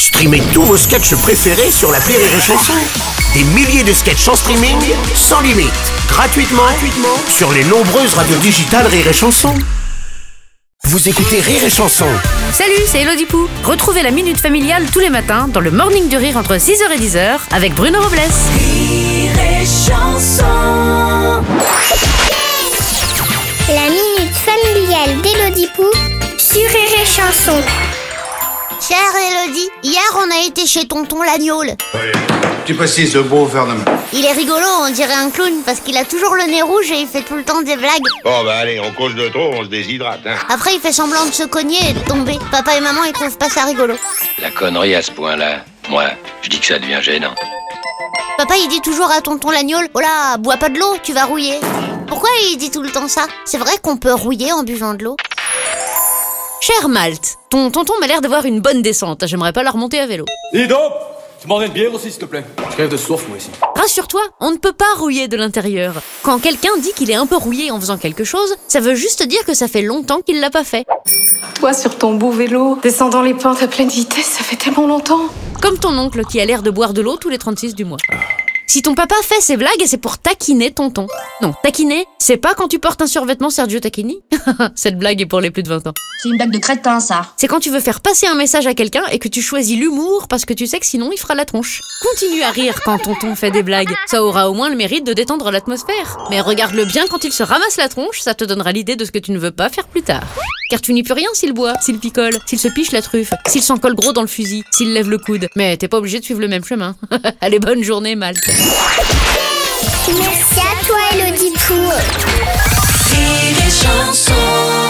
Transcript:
Streamez tous vos sketchs préférés sur l'appli Rire et Chanson. Des milliers de sketchs en streaming, sans limite, gratuitement sur les nombreuses radios digitales Rire et Chanson. Vous écoutez Rire et Chanson. Salut, c'est Elodie Pou. Retrouvez la Minute Familiale tous les matins dans le Morning du Rire entre 6h et 10h avec Bruno Robles. Rire et Chanson. La Minute Familiale d'Elodie Pou sur Rire et Chanson. Chère Elodie, hier on a été chez tonton l'agneaule. Oui, tu précises le beau gouvernement. Il est rigolo, on dirait un clown parce qu'il a toujours le nez rouge et il fait tout le temps des blagues. Bon bah allez, on cause de trop, on se déshydrate, hein. Après il fait semblant de se cogner et de tomber. Papa et maman ils trouvent pas ça rigolo. La connerie à ce point-là, moi, je dis que ça devient gênant. Papa il dit toujours à tonton l'agneaule: oh là, bois pas de l'eau, tu vas rouiller. Pourquoi il dit tout le temps ça? C'est vrai qu'on peut rouiller en buvant de l'eau? Cher Malte, ton tonton m'a l'air d'avoir une bonne descente. J'aimerais pas la remonter à vélo. Dis donc, tu m'en donnes une bière aussi, s'il te plaît. Je crève de soif, moi, ici. Rassure-toi, on ne peut pas rouiller de l'intérieur. Quand quelqu'un dit qu'il est un peu rouillé en faisant quelque chose, ça veut juste dire que ça fait longtemps qu'il l'a pas fait. Toi, sur ton beau vélo, descendant les pentes à pleine vitesse, ça fait tellement longtemps. Comme ton oncle qui a l'air de boire de l'eau tous les 36 du mois. Si ton papa fait ces blagues, c'est pour taquiner tonton. Non, taquiner, c'est pas quand tu portes un survêtement Sergio Tacchini. Cette blague est pour les plus de 20 ans. C'est une blague de crétin, ça. C'est quand tu veux faire passer un message à quelqu'un et que tu choisis l'humour parce que tu sais que sinon il fera la tronche. Continue à rire quand tonton fait des blagues. Ça aura au moins le mérite de détendre l'atmosphère. Mais regarde-le bien quand il se ramasse la tronche, ça te donnera l'idée de ce que tu ne veux pas faire plus tard. Car tu n'y peux rien s'il boit, s'il picole, s'il se piche la truffe, s'il s'en colle gros dans le fusil, s'il lève le coude. Mais t'es pas obligé de suivre le même chemin. Allez, bonne journée, Malte. Merci à toi, Elodie Pou. Rire et Chanson.